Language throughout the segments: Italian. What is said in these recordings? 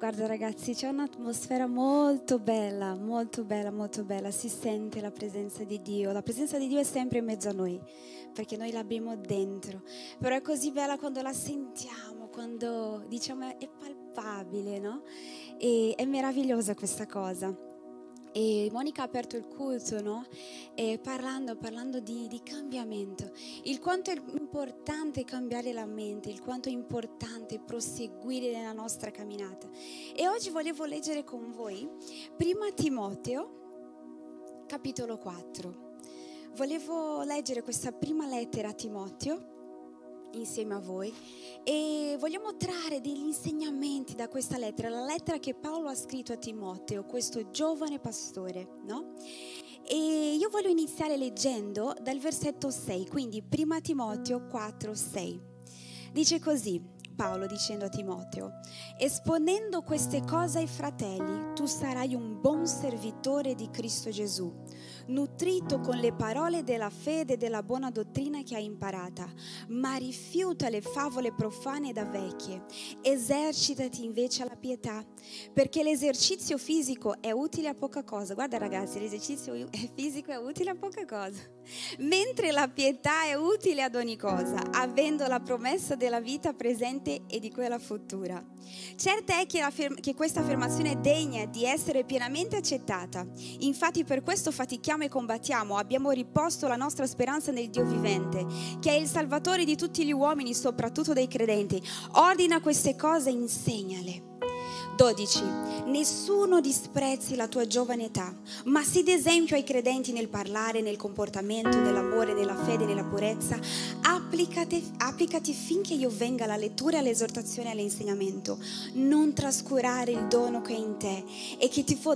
Guarda ragazzi, c'è un'atmosfera molto bella, molto bella, molto bella. Si sente la presenza di Dio. La presenza di Dio è sempre in mezzo a noi, perché noi l'abbiamo dentro. Però è così bella quando la sentiamo, quando diciamo è palpabile, no? E è meravigliosa questa cosa. E Monica ha aperto il culto, no? E parlando di cambiamento, il quanto è importante cambiare la mente, il quanto è importante proseguire nella nostra camminata. E oggi volevo leggere con voi Prima Timoteo, capitolo 4. Volevo leggere questa prima lettera a Timoteo insieme a voi e vogliamo trarre degli insegnamenti da questa lettera, la lettera che Paolo ha scritto a Timoteo, questo giovane pastore, no? E io voglio iniziare leggendo dal versetto 6, quindi Prima Timoteo 4, 6. Dice così, Paolo dicendo a Timoteo: esponendo queste cose ai fratelli, tu sarai un buon servitore di Cristo Gesù, nutrito con le parole della fede e della buona dottrina che hai imparata, ma rifiuta le favole profane da vecchie, esercitati invece alla pietà, perché l'esercizio fisico è utile a poca cosa. Guarda ragazzi, l'esercizio fisico è utile a poca cosa, mentre la pietà è utile ad ogni cosa, avendo la promessa della vita presente e di quella futura. Certo è che questa affermazione è degna di essere pienamente accettata. Infatti per questo fatichiamo e combattiamo, abbiamo riposto la nostra speranza nel Dio vivente, che è il Salvatore di tutti gli uomini, soprattutto dei credenti. Ordina queste cose e insegnale. 12. Nessuno disprezzi la tua giovane età, ma sii d'esempio ai credenti nel parlare, nel comportamento, nell'amore, nella fede, nella purezza. Applicati finché io venga alla lettura, all'esortazione e all'insegnamento. Non trascurare il dono che è in te e che ti fu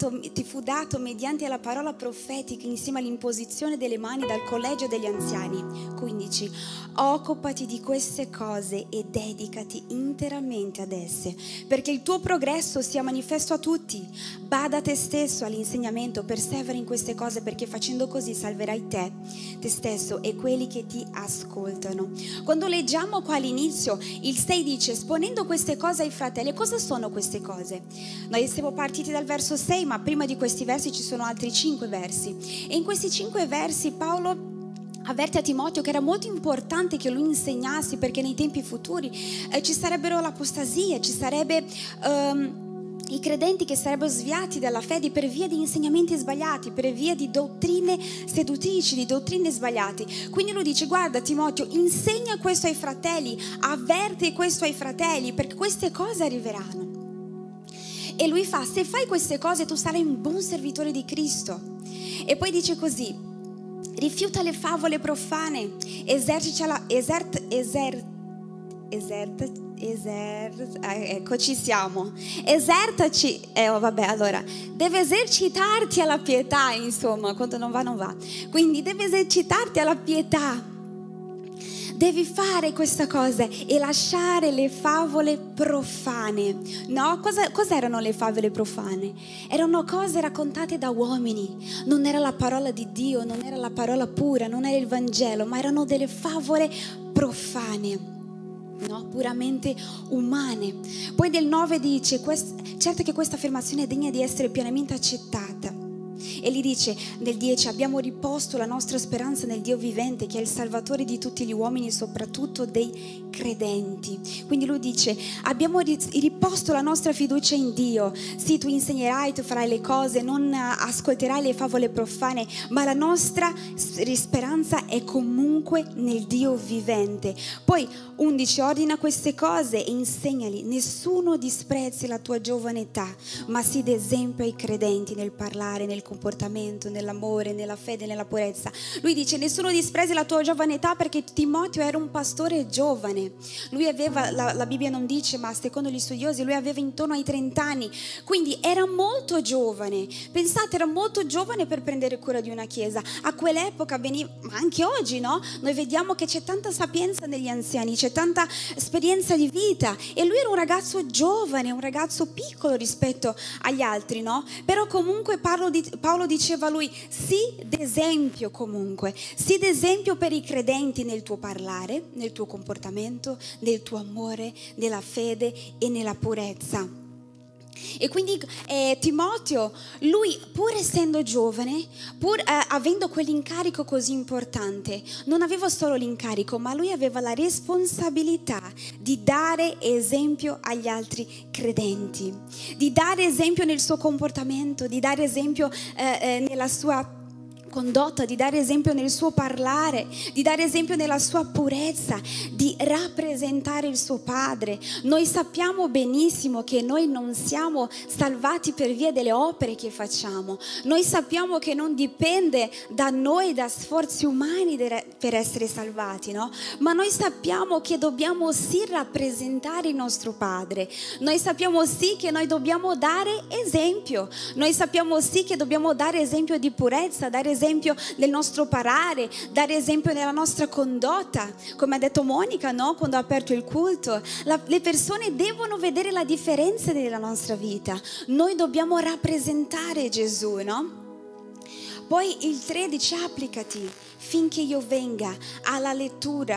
dato mediante la parola profetica insieme all'imposizione delle mani dal collegio degli anziani. 15. Occupati di queste cose e dedicati interamente ad esse, perché il tuo progresso sia manifesto a tutti. Bada a te stesso all'insegnamento, persevera in queste cose, perché facendo così salverai te stesso e quelli che ti ascoltano. Quando leggiamo qua all'inizio il 6 dice esponendo queste cose ai fratelli. Cosa sono queste cose? Noi siamo partiti dal verso 6, ma prima di questi versi ci sono altri 5 versi, e in questi 5 versi Paolo avverte a Timoteo che era molto importante che lui insegnasse, perché nei tempi futuri ci sarebbero l'apostasia, ci sarebbe i credenti che sarebbero sviati dalla fede per via di insegnamenti sbagliati, per via di dottrine seduttrici, di dottrine sbagliate. Quindi lui dice: guarda Timoteo, insegna questo ai fratelli, avverte questo ai fratelli, perché queste cose arriveranno. E lui fa: se fai queste cose tu sarai un buon servitore di Cristo. E poi dice così: rifiuta le favole profane, ecco, ci siamo. Esertaci, deve esercitarti alla pietà, insomma, quando non va, non va. Quindi deve esercitarti alla pietà. Devi fare questa cosa e lasciare le favole profane. No? Cos'erano le favole profane? Erano cose raccontate da uomini. Non era la parola di Dio, non era la parola pura, non era il Vangelo, ma erano delle favole profane, no? Puramente umane. Poi del 9 dice: certo che questa affermazione è degna di essere pienamente accettata. E gli dice nel 10: abbiamo riposto la nostra speranza nel Dio vivente, che è il Salvatore di tutti gli uomini, soprattutto dei credenti. Quindi lui dice: abbiamo riposto la nostra fiducia in Dio. Sì, tu insegnerai, tu farai le cose, non ascolterai le favole profane, ma la nostra speranza è comunque nel Dio vivente. Poi 11: ordina queste cose e insegnali. Nessuno disprezzi la tua giovane età, ma sii d'esempio ai credenti nel parlare, nel comportamento, nell'amore, nella fede, nella purezza. Lui dice: nessuno disprezzi la tua giovane età, perché Timoteo era un pastore giovane. Lui aveva, la Bibbia non dice, ma secondo gli studiosi lui aveva intorno ai 30 anni, quindi era molto giovane. Pensate, era molto giovane per prendere cura di una chiesa. A quell'epoca ma anche oggi, no? Noi vediamo che c'è tanta sapienza negli anziani, c'è tanta esperienza di vita, e lui era un ragazzo giovane, un ragazzo piccolo rispetto agli altri, no? Però comunque Paolo diceva a lui: sii d'esempio, comunque sii d'esempio per i credenti nel tuo parlare, nel tuo comportamento, nel tuo amore, nella fede e nella purezza. E quindi Timoteo, lui pur essendo giovane, pur avendo quell'incarico così importante, non aveva solo l'incarico, ma lui aveva la responsabilità di dare esempio agli altri credenti, di dare esempio nel suo comportamento, di dare esempio nella sua condotta, di dare esempio nel suo parlare, di dare esempio nella sua purezza, di rappresentare il suo padre. Noi sappiamo benissimo che noi non siamo salvati per via delle opere che facciamo. Noi sappiamo che non dipende da noi, da sforzi umani per essere salvati, no? Ma noi sappiamo che dobbiamo sì rappresentare il nostro padre. Noi sappiamo sì che noi dobbiamo dare esempio. Noi sappiamo sì che dobbiamo dare esempio di purezza, dare esempio del nostro parlare, dare esempio nella nostra condotta, come ha detto Monica, no? Quando ha aperto il culto, le persone devono vedere la differenza nella nostra vita. Noi dobbiamo rappresentare Gesù, no? Poi il 13, applicati finché io venga alla lettura,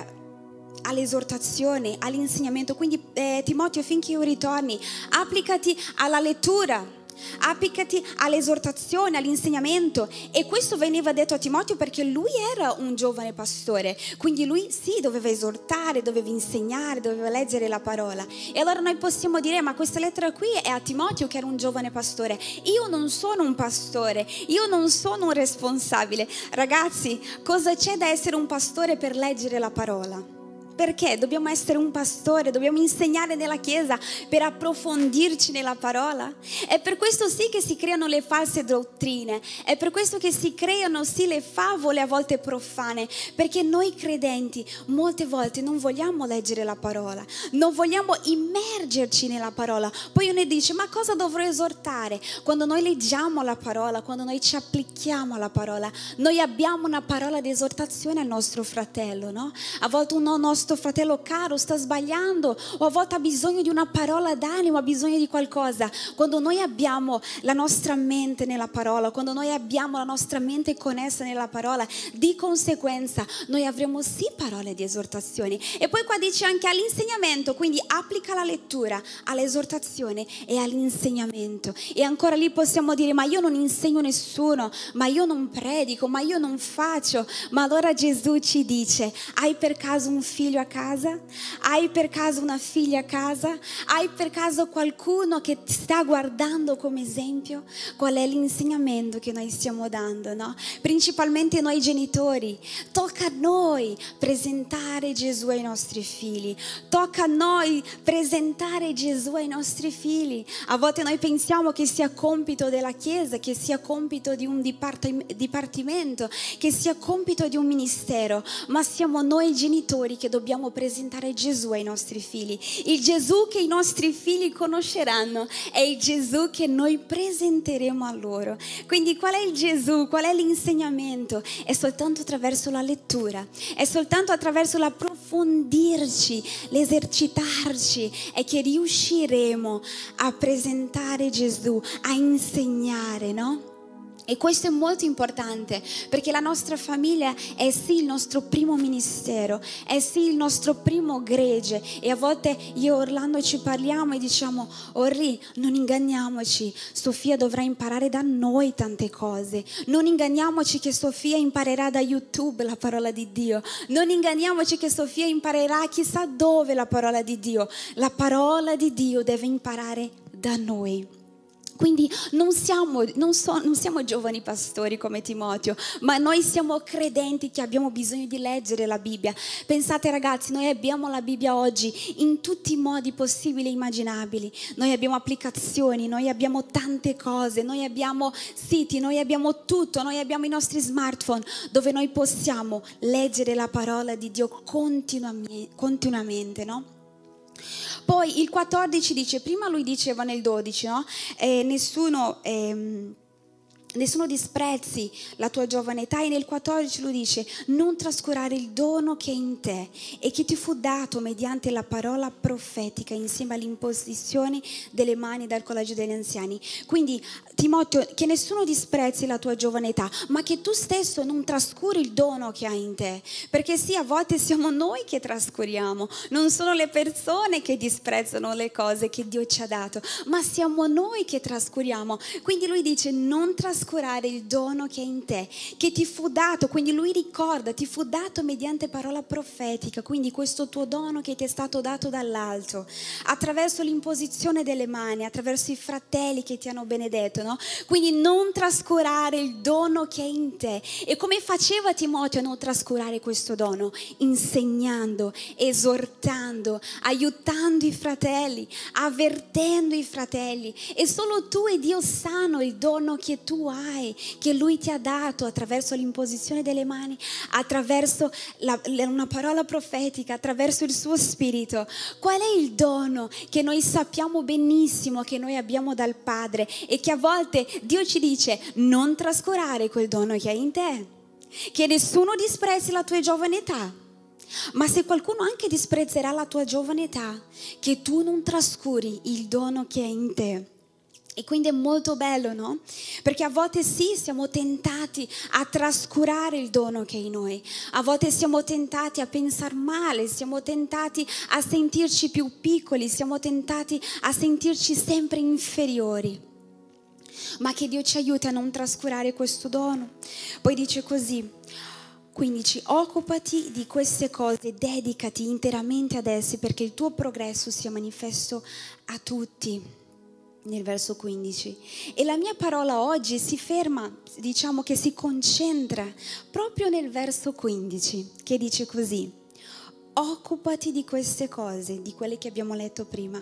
all'esortazione, all'insegnamento. Quindi Timoteo, finché io ritorni, applicati alla lettura, applicati all'esortazione, all'insegnamento. E questo veniva detto a Timoteo perché lui era un giovane pastore, quindi lui sì doveva esortare, doveva insegnare, doveva leggere la parola. E allora noi possiamo dire: ma questa lettera qui è a Timoteo che era un giovane pastore. Io non sono un pastore, io non sono un responsabile. Ragazzi, cosa c'è da essere un pastore per leggere la parola? Perché dobbiamo essere un pastore, dobbiamo insegnare nella chiesa per approfondirci nella parola? È per questo sì che si creano le false dottrine, è per questo che si creano sì le favole a volte profane, perché noi credenti molte volte non vogliamo leggere la parola, non vogliamo immergerci nella parola. Poi uno dice: ma cosa dovrò esortare? Quando noi leggiamo la parola, quando noi ci applichiamo alla parola, noi abbiamo una parola di esortazione al nostro fratello, no? A volte un nostro fratello caro sta sbagliando, o a volte ha bisogno di una parola d'animo, ha bisogno di qualcosa. Quando noi abbiamo la nostra mente nella parola, quando noi abbiamo la nostra mente connessa nella parola, di conseguenza noi avremo sì parole di esortazione. E poi qua dice anche all'insegnamento, quindi applica la lettura all'esortazione e all'insegnamento. E ancora lì possiamo dire: ma io non insegno nessuno, ma io non predico, ma io non faccio. Ma allora Gesù ci dice: hai per caso un figlio a casa? Hai per caso una figlia a casa? Hai per caso qualcuno che ti sta guardando come esempio? Qual è l'insegnamento che noi stiamo dando, no? Principalmente noi genitori. Tocca a noi presentare Gesù ai nostri figli. Tocca a noi presentare Gesù ai nostri figli. A volte noi pensiamo che sia compito della Chiesa, che sia compito di un dipartimento, che sia compito di un ministero, ma siamo noi genitori che dobbiamo presentare Gesù ai nostri figli. Il Gesù che i nostri figli conosceranno è il Gesù che noi presenteremo a loro. Quindi qual è il Gesù? Qual è l'insegnamento? È soltanto attraverso la lettura, è soltanto attraverso l'approfondirci, l'esercitarci, è che riusciremo a presentare Gesù, a insegnare, no? E questo è molto importante, perché la nostra famiglia è sì il nostro primo ministero, è sì il nostro primo gregge. E a volte io e Orlando ci parliamo e diciamo: Orri, non inganniamoci, Sofia dovrà imparare da noi tante cose. Non inganniamoci che Sofia imparerà da YouTube la parola di Dio. Non inganniamoci che Sofia imparerà chissà dove la parola di Dio. La parola di Dio deve imparare da noi. Quindi non siamo giovani pastori come Timoteo, ma noi siamo credenti che abbiamo bisogno di leggere la Bibbia. Pensate ragazzi, noi abbiamo la Bibbia oggi in tutti i modi possibili e immaginabili. Noi abbiamo applicazioni, noi abbiamo tante cose, noi abbiamo siti, noi abbiamo tutto, noi abbiamo i nostri smartphone dove noi possiamo leggere la parola di Dio continuamente, no? Poi il 14 dice, prima lui diceva nel 12, no? Nessuno nessuno disprezzi la tua giovane età, e nel 14 lui dice: non trascurare il dono che è in te e che ti fu dato mediante la parola profetica insieme all'imposizione delle mani dal collegio degli anziani. Quindi Timoteo, che nessuno disprezzi la tua giovane età, ma che tu stesso non trascuri il dono che hai in te, perché sì, a volte siamo noi che trascuriamo, non sono le persone che disprezzano le cose che Dio ci ha dato, ma siamo noi che trascuriamo. Quindi lui dice: non trascurare il dono che è in te, che ti fu dato. Quindi lui ricorda, ti fu dato mediante parola profetica, quindi questo tuo dono che ti è stato dato dall'alto, attraverso l'imposizione delle mani, attraverso i fratelli che ti hanno benedetto, no? Quindi non trascurare il dono che è in te. E come faceva Timoteo a non trascurare questo dono? Insegnando, esortando, aiutando i fratelli, avvertendo i fratelli. E solo tu e Dio sanno il dono che tu hai, che Lui ti ha dato attraverso l'imposizione delle mani, attraverso una parola profetica, attraverso il suo spirito. Qual è il dono che noi sappiamo benissimo che noi abbiamo dal Padre e che a volte Dio ci dice: non trascurare quel dono che hai in te, che nessuno disprezzi la tua giovane età. Ma se qualcuno anche disprezzerà la tua giovane età, che tu non trascuri il dono che è in te. E quindi è molto bello, no? Perché a volte sì, siamo tentati a trascurare il dono che è in noi. A volte siamo tentati a pensare male, siamo tentati a sentirci più piccoli, siamo tentati a sentirci sempre inferiori. Ma che Dio ci aiuti a non trascurare questo dono. Poi dice così: 15. Occupati di queste cose, dedicati interamente ad esse perché il tuo progresso sia manifesto a tutti. Nel verso 15. E la mia parola oggi si ferma, diciamo che si concentra proprio nel verso 15, che dice così: occupati di queste cose, di quelle che abbiamo letto prima,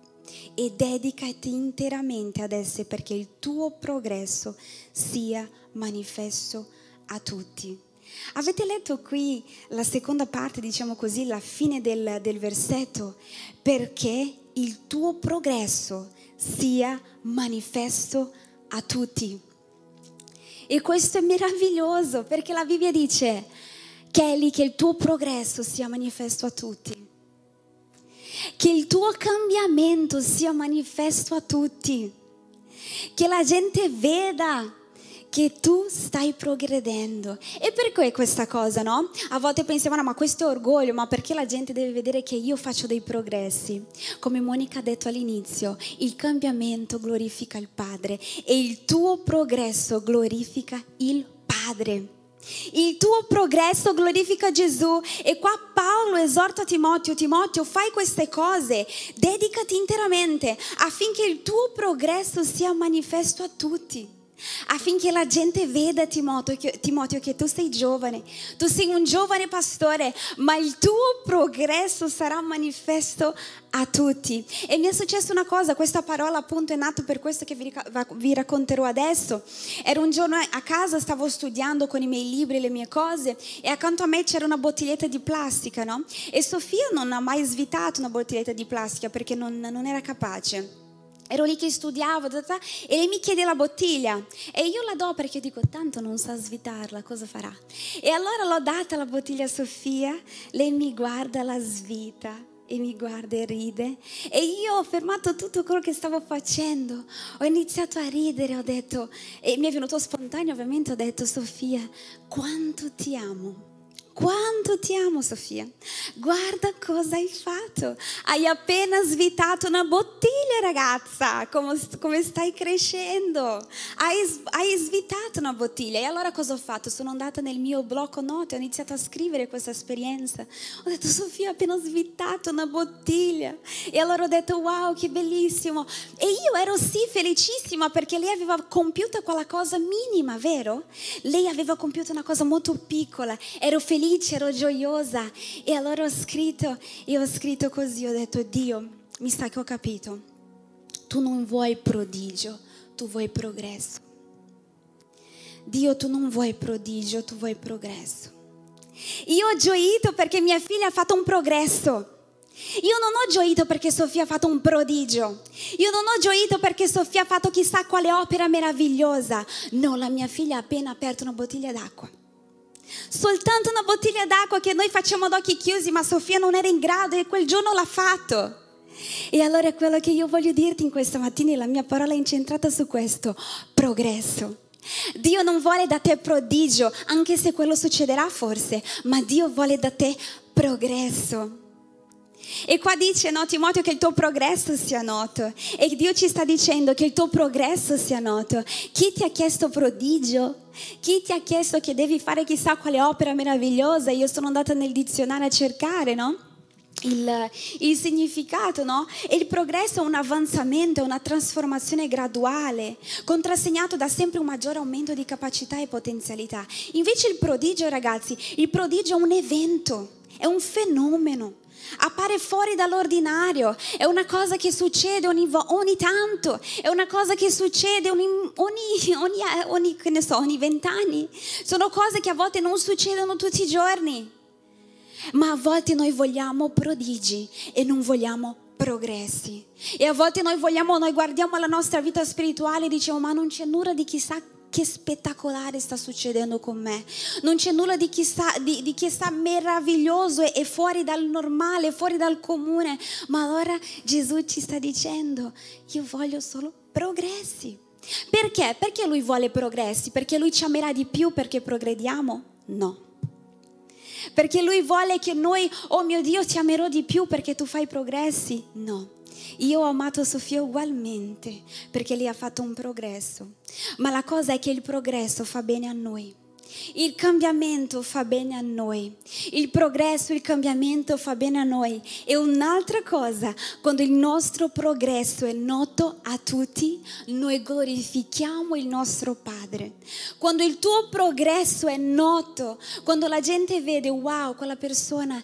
e dedicati interamente ad esse perché il tuo progresso sia manifesto a tutti. Avete letto qui la seconda parte, diciamo così, la fine del versetto? Perché il tuo progresso sia manifesto a tutti. E questo è meraviglioso, perché la Bibbia dice: Kelly, che il tuo progresso sia manifesto a tutti, che il tuo cambiamento sia manifesto a tutti, che la gente veda che tu stai progredendo. E perché questa cosa, no? A volte pensiamo: no, ma questo è orgoglio, ma perché la gente deve vedere che io faccio dei progressi? Come Monica ha detto all'inizio, il cambiamento glorifica il Padre e il tuo progresso glorifica il Padre. Il tuo progresso glorifica Gesù. E qua Paolo esorta Timoteo: Timoteo, fai queste cose, dedicati interamente affinché il tuo progresso sia manifesto a tutti, affinché la gente veda, Timoteo, che tu sei giovane, tu sei un giovane pastore, ma il tuo progresso sarà manifesto a tutti. E mi è successa una cosa, questa parola appunto è nata per questo che vi racconterò adesso. Era un giorno a casa, stavo studiando con i miei libri, le mie cose, e accanto a me c'era una bottiglietta di plastica, no? E Sofia non ha mai svitato una bottiglietta di plastica perché non era capace. Ero lì che studiavo e lei mi chiede la bottiglia e io la do perché dico: tanto non sa svitarla, cosa farà? E allora l'ho data la bottiglia a Sofia, lei mi guarda, la svita e mi guarda e ride, e io ho fermato tutto quello che stavo facendo, ho iniziato a ridere, ho detto, e mi è venuto spontaneo ovviamente, ho detto: Sofia, quanto ti amo. Quanto ti amo, Sofia, guarda cosa hai fatto, hai appena svitato una bottiglia, ragazza, come stai crescendo, hai svitato una bottiglia. E allora cosa ho fatto? Sono andata nel mio blocco note, ho iniziato a scrivere questa esperienza, ho detto: Sofia, ho appena svitato una bottiglia. E allora ho detto: wow, che bellissimo. E io ero sì felicissima perché lei aveva compiuto quella cosa minima, vero? Lei aveva compiuto una cosa molto piccola, ero felice, ero gioiosa. E allora ho scritto così, ho detto: Dio, mi sa che ho capito, tu non vuoi prodigio, tu vuoi progresso. Dio, tu non vuoi prodigio, tu vuoi progresso. Io ho gioito perché mia figlia ha fatto un progresso. Io non ho gioito perché Sofia ha fatto un prodigio. Io non ho gioito perché Sofia ha fatto chissà quale opera meravigliosa. No, la mia figlia ha appena aperto una bottiglia d'acqua. Soltanto una bottiglia d'acqua che noi facciamo ad occhi chiusi, ma Sofia non era in grado e quel giorno l'ha fatto. E allora è quello che io voglio dirti in questa mattina, e la mia parola è incentrata su questo: progresso. Dio non vuole da te prodigio, anche se quello succederà forse, ma Dio vuole da te progresso. E qua dice, no, Timoteo, che il tuo progresso sia noto. E Dio ci sta dicendo che il tuo progresso sia noto. Chi ti ha chiesto prodigio? Chi ti ha chiesto che devi fare chissà quale opera meravigliosa? Io sono andata nel dizionario a cercare, no? Il significato, no? E il progresso è un avanzamento, una trasformazione graduale, contrassegnato da sempre un maggiore aumento di capacità e potenzialità. Invece il prodigio, ragazzi, il prodigio è un evento, è un fenomeno. Appare fuori dall'ordinario, è una cosa che succede ogni tanto, è una cosa che succede ogni 20 anni. Sono cose che a volte non succedono tutti i giorni, ma a volte noi vogliamo prodigi e non vogliamo progressi. E a volte noi guardiamo la nostra vita spirituale e diciamo: ma non c'è nulla di chissà che spettacolare sta succedendo con me, non c'è nulla di chissà meraviglioso e fuori dal normale, fuori dal comune. Ma allora Gesù ci sta dicendo: io voglio solo progressi. Perché? Perché Lui vuole progressi? Perché Lui ci amerà di più perché progrediamo? No. Perché Lui vuole che noi, oh mio Dio, ti amerò di più perché tu fai progressi? No. Io ho amato Sofia ugualmente perché lei ha fatto un progresso, ma la cosa è che il progresso fa bene a noi, il cambiamento fa bene a noi, il progresso, il cambiamento fa bene a noi. E un'altra cosa, quando il nostro progresso è noto a tutti, noi glorifichiamo il nostro Padre. Quando il tuo progresso è noto, quando la gente vede: wow, quella persona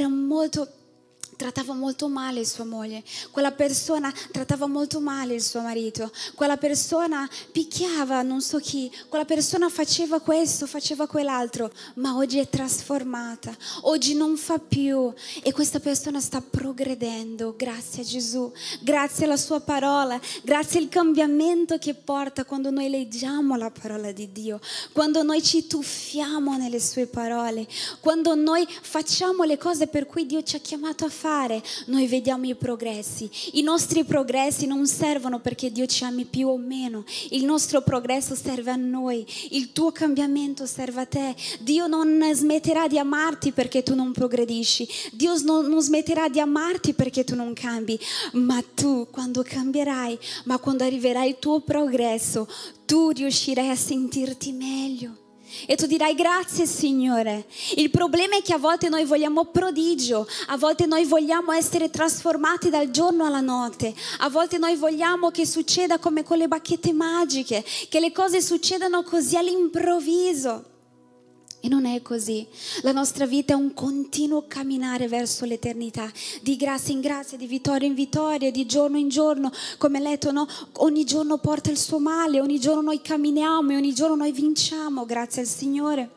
trattava molto male sua moglie, quella persona trattava molto male il suo marito, quella persona picchiava non so chi, quella persona faceva questo, faceva quell'altro, ma oggi è trasformata, oggi non fa più, e questa persona sta progredendo grazie a Gesù, grazie alla sua parola, grazie al cambiamento che porta quando noi leggiamo la parola di Dio, quando noi ci tuffiamo nelle sue parole, quando noi facciamo le cose per cui Dio ci ha chiamato a fare. Noi vediamo i progressi. I nostri progressi non servono perché Dio ci ami più o meno. Il nostro progresso serve a noi. Il tuo cambiamento serve a te. Dio non smetterà di amarti perché tu non progredisci. Dio non smetterà di amarti perché tu non cambi. Ma tu, quando cambierai, ma quando arriverà il tuo progresso, tu riuscirai a sentirti meglio. E tu dirai: grazie Signore. Il problema è che a volte noi vogliamo prodigio, a volte noi vogliamo essere trasformati dal giorno alla notte, a volte noi vogliamo che succeda come con le bacchette magiche, che le cose succedano così all'improvviso. E non è così. La nostra vita è un continuo camminare verso l'eternità, di grazia in grazia, di vittoria in vittoria, di giorno in giorno. Come letto, no? Ogni giorno porta il suo male, ogni giorno noi camminiamo e ogni giorno noi vinciamo, grazie al Signore.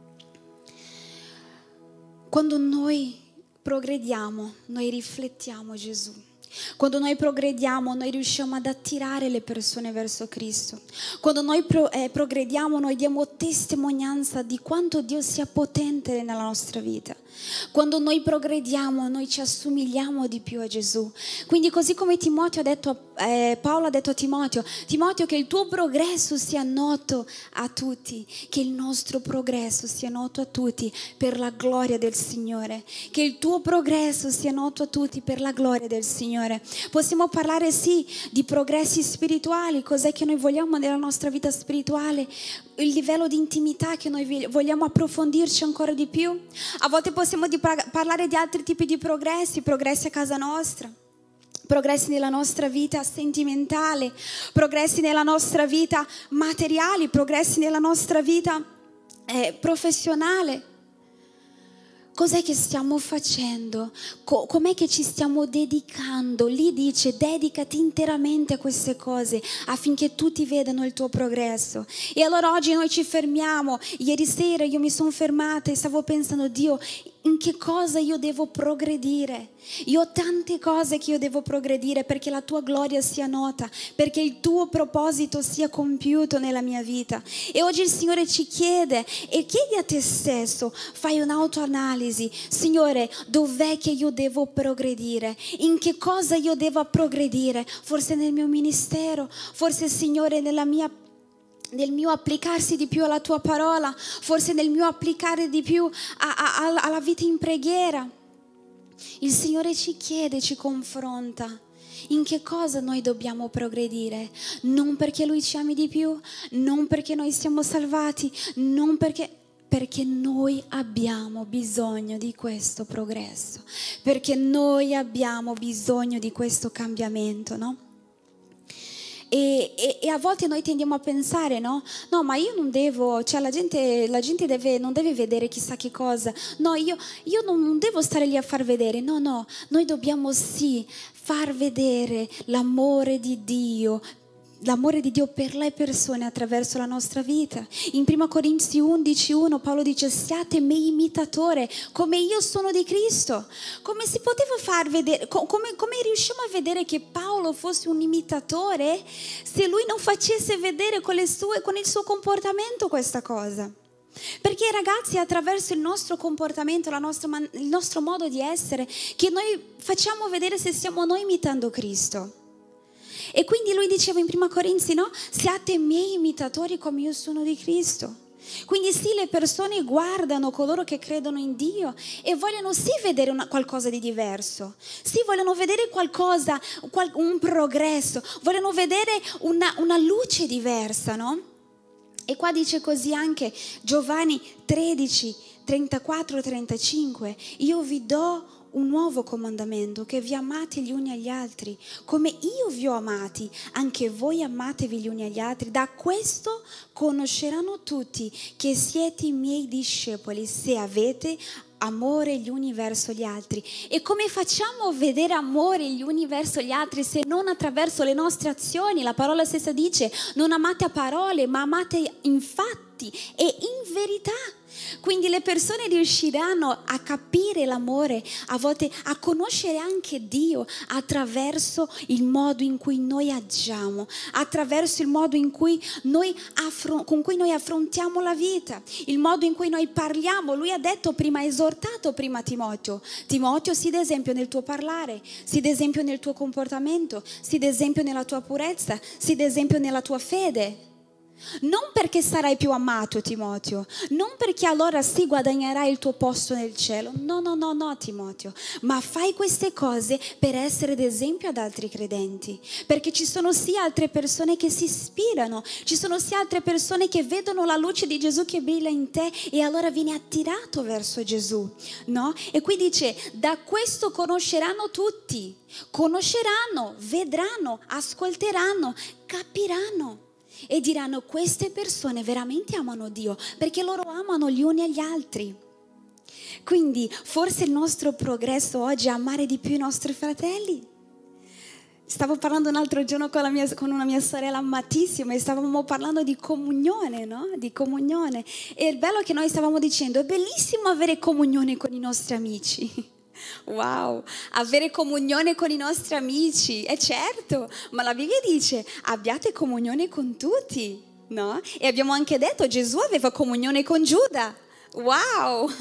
Quando noi progrediamo, noi riflettiamo Gesù. Quando noi progrediamo, noi riusciamo ad attirare le persone verso Cristo. Quando noi progrediamo, noi diamo testimonianza di quanto Dio sia potente nella nostra vita. Quando noi progrediamo, noi ci assomigliamo di più a Gesù. Quindi, così come Paolo ha detto a Timoteo: Timoteo, che il tuo progresso sia noto a tutti, che il nostro progresso sia noto a tutti per la gloria del Signore, che il tuo progresso sia noto a tutti per la gloria del Signore. Possiamo parlare sì di progressi spirituali, cos'è che noi vogliamo nella nostra vita spirituale, il livello di intimità che noi vogliamo approfondirci ancora di più. A volte possiamo parlare di altri tipi di progressi a casa nostra, progressi nella nostra vita sentimentale, progressi nella nostra vita materiale, progressi nella nostra vita professionale. Cos'è che stiamo facendo? Com'è che ci stiamo dedicando? Lì dice: dedicati interamente a queste cose affinché tutti vedano il tuo progresso. E allora oggi noi ci fermiamo. Ieri sera io mi sono fermata e stavo pensando: Dio, in che cosa io devo progredire. Io ho tante cose che io devo progredire perché la tua gloria sia nota, perché il tuo proposito sia compiuto nella mia vita. E oggi il Signore ci chiede, e chiedi a te stesso, fai un'autoanalisi: Signore, dov'è che io devo progredire? In che cosa io devo progredire? Forse nel mio ministero, forse, Signore, nel mio applicarsi di più alla tua parola, forse nel mio applicare di più alla vita in preghiera. Il Signore ci chiede, ci confronta. In che cosa noi dobbiamo progredire? Non perché Lui ci ami di più, non perché noi siamo salvati, non perché noi abbiamo bisogno di questo progresso, perché noi abbiamo bisogno di questo cambiamento, no? E a volte noi tendiamo a pensare, no, ma io non devo, cioè la gente non deve vedere chissà che cosa, no, io non devo stare lì a far vedere, no, noi dobbiamo sì far vedere l'amore di Dio per le persone attraverso la nostra vita. In 1 Corinzi 11:1 Paolo dice: siate miei imitatori come io sono di Cristo. Come si poteva far vedere, come riusciamo a vedere che Paolo fosse un imitatore se lui non facesse vedere con il suo comportamento questa cosa? Perché, ragazzi, è attraverso il nostro comportamento, il nostro modo di essere, che noi facciamo vedere se stiamo noi imitando Cristo. E quindi lui diceva in 1 Corinzi, no? Siate miei imitatori come io sono di Cristo. Quindi sì, le persone guardano coloro che credono in Dio e vogliono sì vedere qualcosa di diverso, sì vogliono vedere qualcosa, un progresso, vogliono vedere una luce diversa, no? E qua dice così anche Giovanni 13, 34, 35, io vi do un nuovo comandamento, che vi amate gli uni agli altri, come io vi ho amati, anche voi amatevi gli uni agli altri. Da questo conosceranno tutti che siete i miei discepoli, se avete amore gli uni verso gli altri. E come facciamo a vedere amore gli uni verso gli altri se non attraverso le nostre azioni? La parola stessa dice: non amate a parole, ma amate in fatti e in verità. Quindi le persone riusciranno a capire l'amore, a volte a conoscere anche Dio attraverso il modo in cui noi agiamo, attraverso il modo in cui con cui noi affrontiamo la vita, il modo in cui noi parliamo. Lui ha esortato prima Timoteo: sii d'esempio nel tuo parlare, sii d'esempio nel tuo comportamento, sii d'esempio nella tua purezza, sii d'esempio nella tua fede. Non perché sarai più amato, Timoteo, non perché allora sì guadagnerai il tuo posto nel cielo, no Timoteo, ma fai queste cose per essere d'esempio ad altri credenti, perché ci sono sì altre persone che si ispirano, ci sono sì altre persone che vedono la luce di Gesù che brilla in te e allora vieni attirato verso Gesù, no? E qui dice: da questo conosceranno tutti, conosceranno, vedranno, ascolteranno, capiranno. E diranno: queste persone veramente amano Dio, perché loro amano gli uni agli altri. Quindi forse il nostro progresso oggi è amare di più i nostri fratelli. Stavo parlando un altro giorno con una mia sorella amatissima e stavamo parlando di comunione, no? Di comunione. E il bello è che noi stavamo dicendo: è bellissimo avere comunione con i nostri amici. Wow, avere comunione con i nostri amici, è certo, ma la Bibbia dice: abbiate comunione con tutti, no? E abbiamo anche detto: Gesù aveva comunione con Giuda. Wow!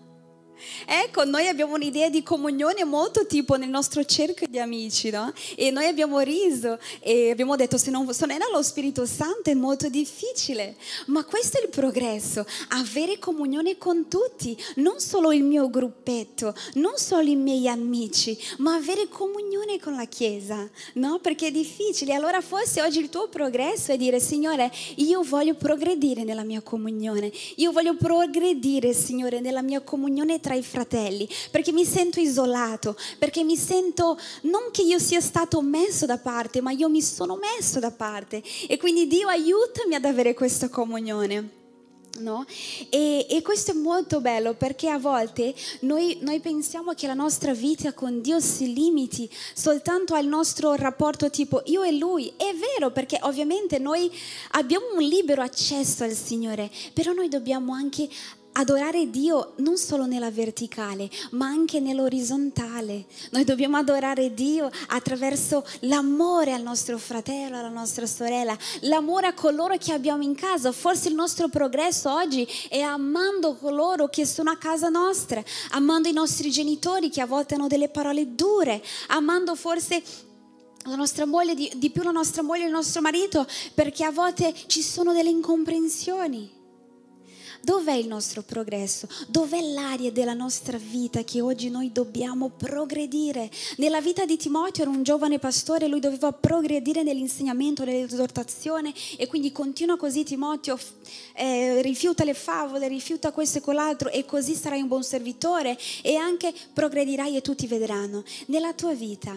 Ecco, noi abbiamo un'idea di comunione molto tipo nel nostro cerchio di amici, no? E noi abbiamo riso e abbiamo detto: se non era lo Spirito Santo è molto difficile. Ma questo è il progresso, avere comunione con tutti, non solo il mio gruppetto, non solo i miei amici, ma avere comunione con la Chiesa, no? Perché è difficile. Allora forse oggi il tuo progresso è dire: Signore, io voglio progredire nella mia comunione, io voglio progredire, Signore, nella mia comunione tra i fratelli, perché mi sento isolato, perché mi sento non che io sia stato messo da parte, ma io mi sono messo da parte. E quindi Dio, aiutami ad avere questa comunione. No? E questo è molto bello, perché a volte noi pensiamo che la nostra vita con Dio si limiti soltanto al nostro rapporto tipo io e Lui. È vero, perché ovviamente noi abbiamo un libero accesso al Signore, però noi dobbiamo anche adorare Dio non solo nella verticale, ma anche nell'orizzontale. Noi dobbiamo adorare Dio attraverso l'amore al nostro fratello, alla nostra sorella, l'amore a coloro che abbiamo in casa. Forse il nostro progresso oggi è amando coloro che sono a casa nostra, amando i nostri genitori che a volte hanno delle parole dure, amando forse la nostra moglie, di più la nostra moglie e il nostro marito, perché a volte ci sono delle incomprensioni. Dov'è il nostro progresso? Dov'è l'area della nostra vita che oggi noi dobbiamo progredire? Nella vita di Timoteo era un giovane pastore, lui doveva progredire nell'insegnamento, nell'esortazione, e quindi continua così Timoteo, rifiuta le favole, rifiuta questo e quell'altro, e così sarai un buon servitore e anche progredirai e tutti vedranno. Nella tua vita,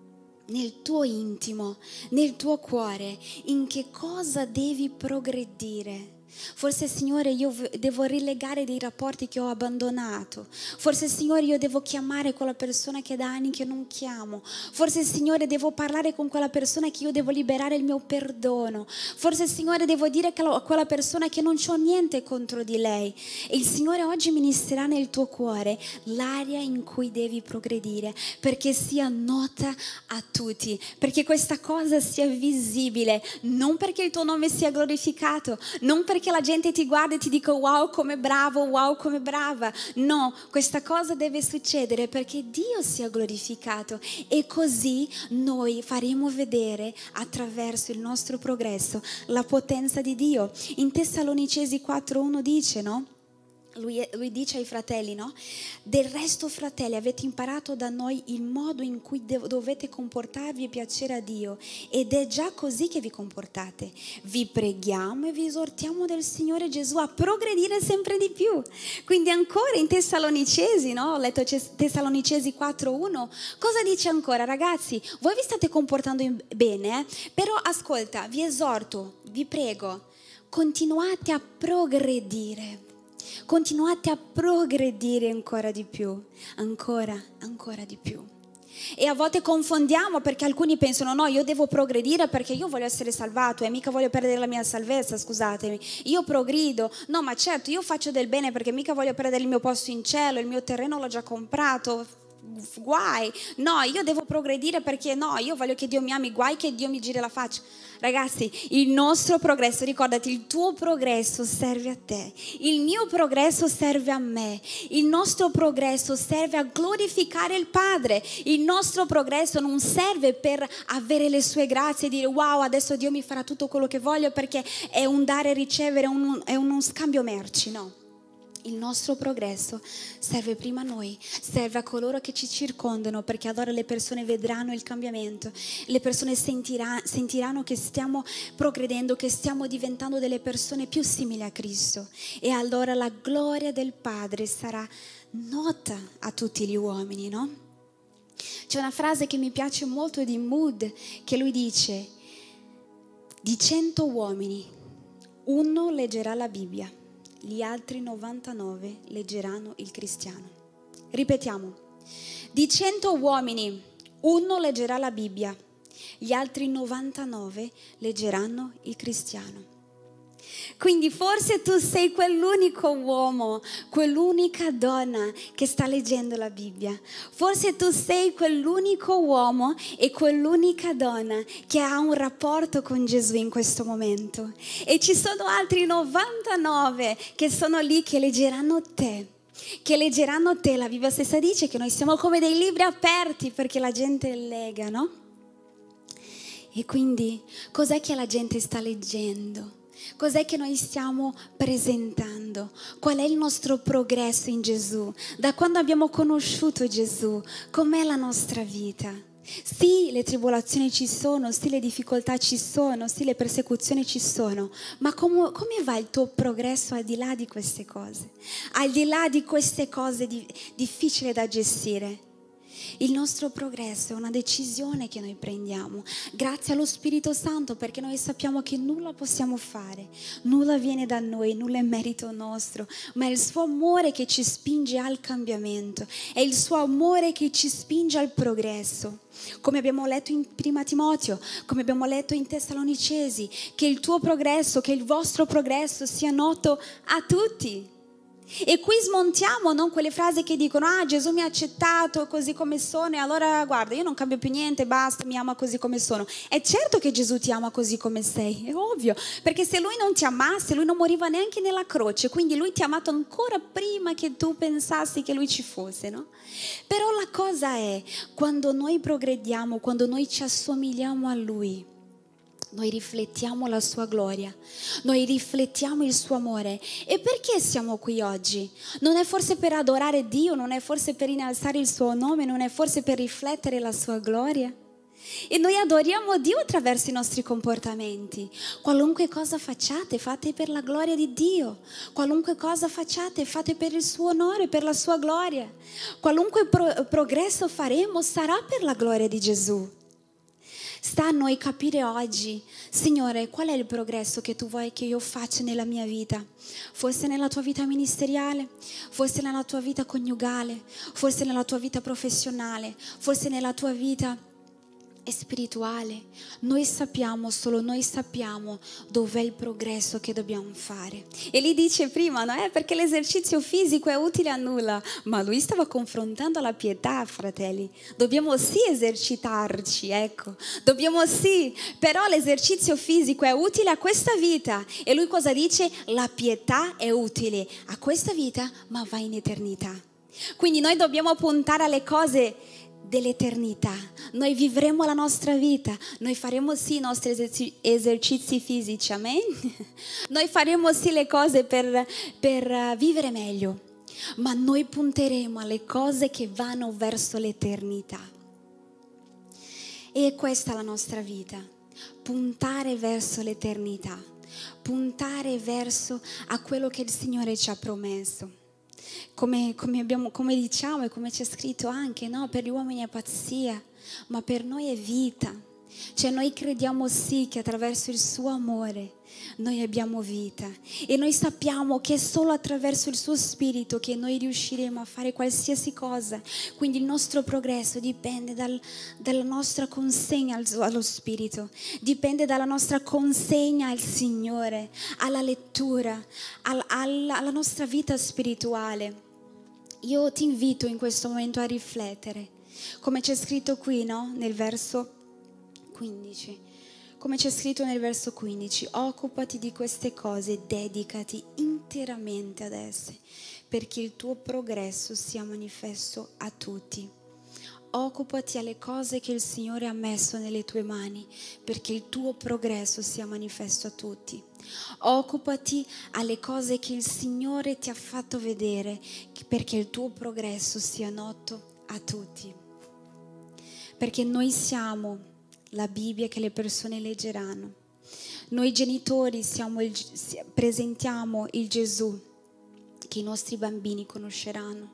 nel tuo intimo, nel tuo cuore, in che cosa devi progredire? Forse, Signore, io devo rilegare dei rapporti che ho abbandonato. Forse, Signore, io devo chiamare quella persona che da anni che non chiamo. Forse, Signore, devo parlare con quella persona che io devo liberare il mio perdono. Forse, Signore, devo dire a quella persona che non c'ho niente contro di lei. E il Signore oggi ministrerà nel tuo cuore l'area in cui devi progredire, perché sia nota a tutti, perché questa cosa sia visibile, non perché il tuo nome sia glorificato, non perché la gente ti guarda e ti dica wow come bravo, wow come brava. No, questa cosa deve succedere perché Dio sia glorificato, e così noi faremo vedere attraverso il nostro progresso la potenza di Dio. In Tessalonicesi 4:1 dice, no? Lui dice ai fratelli, no? Del resto, fratelli, avete imparato da noi il modo in cui dovete comportarvi e piacere a Dio, ed è già così che vi comportate. Vi preghiamo e vi esortiamo del Signore Gesù a progredire sempre di più. Quindi ancora in Tessalonicesi, no? Ho letto Tessalonicesi 4:1. Cosa dice ancora? Ragazzi, voi vi state comportando bene, però ascolta, vi esorto, vi prego, continuate a progredire. Continuate a progredire ancora di più, ancora di più. E a volte confondiamo, perché alcuni pensano no, io devo progredire perché io voglio essere salvato e mica voglio perdere la mia salvezza, scusatemi, io progredo, no, ma certo io faccio del bene perché mica voglio perdere il mio posto in cielo, il mio terreno l'ho già comprato, guai, no, io devo progredire perché no, io voglio che Dio mi ami, guai che Dio mi giri la faccia. Ragazzi, il nostro progresso, ricordati, il tuo progresso serve a te, il mio progresso serve a me, il nostro progresso serve a glorificare il Padre, il nostro progresso non serve per avere le sue grazie e dire wow, adesso Dio mi farà tutto quello che voglio, perché è un dare e ricevere, è uno scambio merci, no. Il nostro progresso serve prima a noi, serve a coloro che ci circondano, perché allora le persone vedranno il cambiamento, le persone sentiranno che stiamo progredendo, che stiamo diventando delle persone più simili a Cristo, e allora la gloria del Padre sarà nota a tutti gli uomini, no? C'è una frase che mi piace molto di Mood, che lui dice: di 100 uomini, uno leggerà la Bibbia, gli altri 99 leggeranno il cristiano. Ripetiamo: di 100 uomini, uno leggerà la Bibbia, gli altri 99 leggeranno il cristiano. Quindi forse tu sei quell'unico uomo, quell'unica donna che sta leggendo la Bibbia. Forse tu sei quell'unico uomo e quell'unica donna che ha un rapporto con Gesù in questo momento. E ci sono altri 99 che sono lì, che leggeranno te. La Bibbia stessa dice che noi siamo come dei libri aperti perché la gente lega, no? E quindi cos'è che la gente sta leggendo? Cos'è che noi stiamo presentando? Qual è il nostro progresso in Gesù? Da quando abbiamo conosciuto Gesù, com'è la nostra vita? Sì, le tribolazioni ci sono, sì, le difficoltà ci sono, sì, le persecuzioni ci sono, ma come va il tuo progresso al di là di queste cose? Al di là di queste cose difficili da gestire? Il nostro progresso è una decisione che noi prendiamo grazie allo Spirito Santo, perché noi sappiamo che nulla possiamo fare, nulla viene da noi, nulla è merito nostro, ma è il suo amore che ci spinge al cambiamento, è il suo amore che ci spinge al progresso. Come abbiamo letto in Prima Timoteo, come abbiamo letto in Tessalonicesi, che il tuo progresso, che il vostro progresso sia noto a tutti. E qui smontiamo, no, quelle frasi che dicono: ah, Gesù mi ha accettato così come sono e allora guarda, io non cambio più niente, basta, mi ama così come sono. È certo che Gesù ti ama così come sei, è ovvio, perché se lui non ti amasse, lui non moriva neanche nella croce, quindi lui ti ha amato ancora prima che tu pensassi che lui ci fosse, no? Però la cosa è, quando noi progrediamo, quando noi ci assomigliamo a lui, noi riflettiamo la sua gloria, noi riflettiamo il suo amore. E perché siamo qui oggi? Non è forse per adorare Dio, non è forse per innalzare il suo nome, non è forse per riflettere la sua gloria? E noi adoriamo Dio attraverso i nostri comportamenti. Qualunque cosa facciate, fate per la gloria di Dio. Qualunque cosa facciate, fate per il suo onore, per la sua gloria. Qualunque progresso faremo sarà per la gloria di Gesù. Sta a noi capire oggi, Signore, qual è il progresso che tu vuoi che io faccia nella mia vita? Forse nella tua vita ministeriale, forse nella tua vita coniugale, forse nella tua vita professionale, forse nella tua vita spirituale. Noi sappiamo, solo noi sappiamo dov'è il progresso che dobbiamo fare. E lì dice prima, no? Perché l'esercizio fisico è utile a nulla, ma lui stava confrontando la pietà, fratelli. Dobbiamo sì esercitarci, ecco, dobbiamo sì, però l'esercizio fisico è utile a questa vita. E lui cosa dice? La pietà è utile a questa vita, ma va in eternità. Quindi noi dobbiamo puntare alle cose dell'eternità. Noi vivremo la nostra vita, noi faremo sì i nostri esercizi fisici, amen? Noi faremo sì le cose per vivere meglio, ma noi punteremo alle cose che vanno verso l'eternità. E questa è la nostra vita, puntare verso l'eternità, puntare verso a quello che il Signore ci ha promesso. Come diciamo e come c'è scritto anche, no? Per gli uomini è pazzia, ma per noi è vita. Cioè noi crediamo sì che attraverso il suo amore noi abbiamo vita e noi sappiamo che è solo attraverso il suo spirito che noi riusciremo a fare qualsiasi cosa. Quindi il nostro progresso dipende dalla nostra consegna allo spirito, dipende dalla nostra consegna al Signore, alla lettura, alla nostra vita spirituale. Io ti invito in questo momento a riflettere, come c'è scritto qui, no? Nel verso 15. Come c'è scritto nel verso 15, occupati di queste cose, dedicati interamente ad esse, perché il tuo progresso sia manifesto a tutti. Occupati alle cose che il Signore ha messo nelle tue mani, perché il tuo progresso sia manifesto a tutti. Occupati alle cose che il Signore ti ha fatto vedere, perché il tuo progresso sia noto a tutti. Perché noi siamo la Bibbia che le persone leggeranno. Noi genitori presentiamo il Gesù che i nostri bambini conosceranno.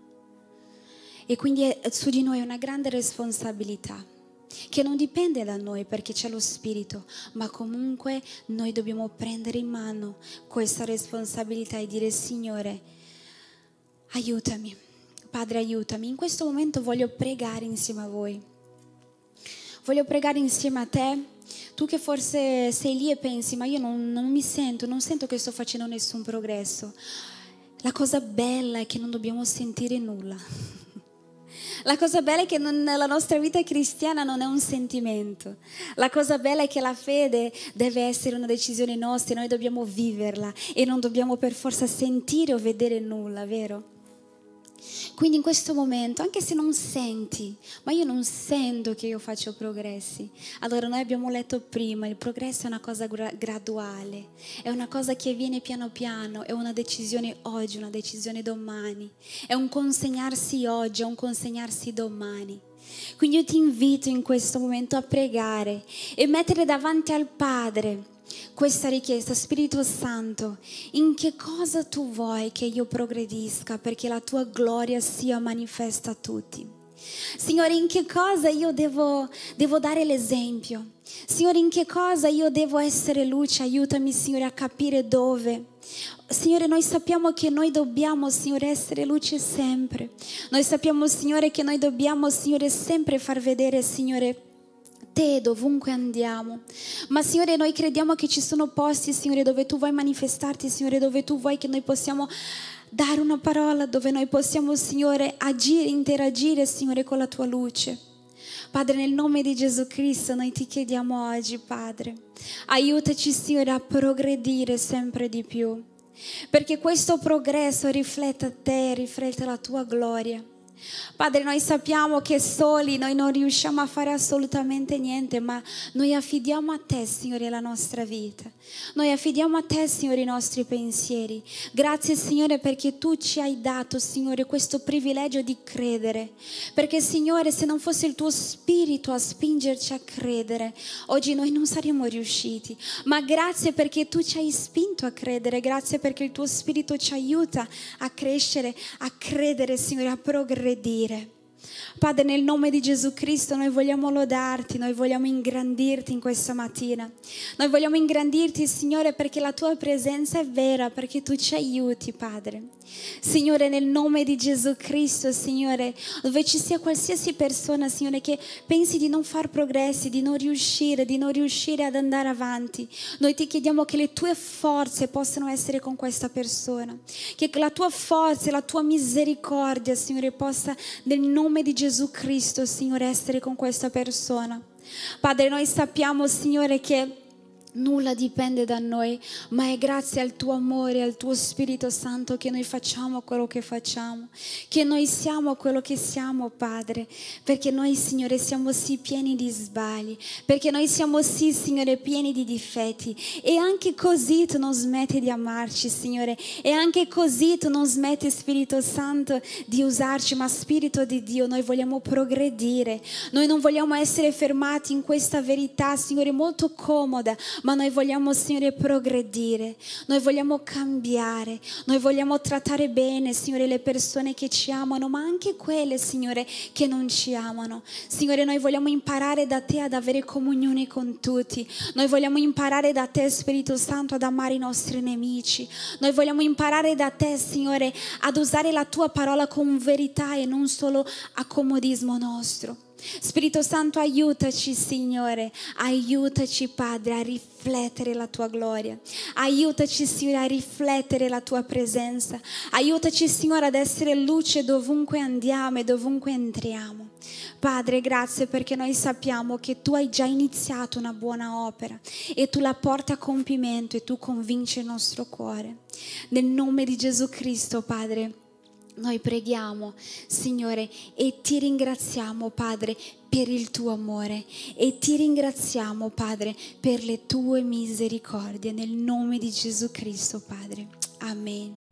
E quindi su di noi è una grande responsabilità che non dipende da noi perché c'è lo Spirito, ma comunque noi dobbiamo prendere in mano questa responsabilità e dire: Signore, aiutami, Padre, aiutami. In questo momento voglio pregare insieme a voi. Voglio pregare insieme a te, tu che forse sei lì e pensi: ma io non sento che sto facendo nessun progresso. La cosa bella è che non dobbiamo sentire nulla. La cosa bella è che la nostra vita cristiana non è un sentimento. La cosa bella è che la fede deve essere una decisione nostra e noi dobbiamo viverla e non dobbiamo per forza sentire o vedere nulla, vero? Quindi in questo momento, anche se non senti, ma io non sento che io faccio progressi, allora noi abbiamo letto prima, il progresso è una cosa graduale, è una cosa che viene piano piano, è una decisione oggi, una decisione domani, è un consegnarsi oggi, è un consegnarsi domani. Quindi io ti invito in questo momento a pregare e mettere davanti al Padre questa richiesta: Spirito Santo, in che cosa tu vuoi che io progredisca perché la tua gloria sia manifesta a tutti? Signore, in che cosa io devo dare l'esempio? Signore, in che cosa io devo essere luce? Aiutami, Signore, a capire dove. Signore, noi sappiamo che noi dobbiamo, Signore, essere luce sempre. Noi sappiamo, Signore, che noi dobbiamo, Signore, sempre far vedere, Signore, te dovunque andiamo. Ma Signore, noi crediamo che ci sono posti, Signore, dove tu vuoi manifestarti, Signore, dove tu vuoi che noi possiamo dare una parola dove noi possiamo, Signore, agire, interagire, Signore, con la tua luce. Padre, nel nome di Gesù Cristo noi ti chiediamo oggi, Padre, aiutaci, Signore, a progredire sempre di più, perché questo progresso rifletta te, rifletta la tua gloria. Padre, noi sappiamo che soli noi non riusciamo a fare assolutamente niente, ma noi affidiamo a te, Signore, la nostra vita. Noi affidiamo a te, Signore, i nostri pensieri. Grazie, Signore, perché tu ci hai dato, Signore, questo privilegio di credere. Perché, Signore, se non fosse il tuo spirito a spingerci a credere, oggi noi non saremmo riusciti. Ma grazie perché tu ci hai spinto a credere. Grazie perché il tuo spirito ci aiuta a crescere, a credere, Signore, a progredire. Padre, nel nome di Gesù Cristo noi vogliamo lodarti, noi vogliamo ingrandirti in questa mattina. Noi vogliamo ingrandirti, Signore, perché la tua presenza è vera, perché tu ci aiuti, Padre. Signore, nel nome di Gesù Cristo, Signore, dove ci sia qualsiasi persona, Signore, che pensi di non far progressi, di non riuscire ad andare avanti, noi ti chiediamo che le tue forze possano essere con questa persona, che la tua forza e la tua misericordia, Signore, possa nel nome di Gesù Cristo, Signore, essere con questa persona. Padre, noi sappiamo, Signore, che nulla dipende da noi, ma è grazie al tuo amore, al tuo Spirito Santo che noi facciamo quello che facciamo, che noi siamo quello che siamo, Padre, perché noi, Signore, siamo sì pieni di sbagli, perché noi siamo sì, Signore, pieni di difetti, e anche così tu non smetti di amarci, Signore, e anche così tu non smetti, Spirito Santo, di usarci, ma Spirito di Dio, noi vogliamo progredire, noi non vogliamo essere fermati in questa verità, Signore, molto comoda, ma noi vogliamo, Signore, progredire, noi vogliamo cambiare, noi vogliamo trattare bene, Signore, le persone che ci amano, ma anche quelle, Signore, che non ci amano. Signore, noi vogliamo imparare da te ad avere comunione con tutti, noi vogliamo imparare da te, Spirito Santo, ad amare i nostri nemici, noi vogliamo imparare da te, Signore, ad usare la tua parola con verità e non solo a comodismo nostro. Spirito Santo, aiutaci, Signore, aiutaci, Padre, a riflettere la tua gloria, aiutaci, Signore, a riflettere la tua presenza, aiutaci, Signore, ad essere luce dovunque andiamo e dovunque entriamo. Padre, grazie perché noi sappiamo che tu hai già iniziato una buona opera e tu la porti a compimento e tu convinci il nostro cuore. Nel nome di Gesù Cristo, Padre, noi preghiamo, Signore, e ti ringraziamo, Padre, per il tuo amore, e ti ringraziamo, Padre, per le tue misericordie, nel nome di Gesù Cristo, Padre. Amen.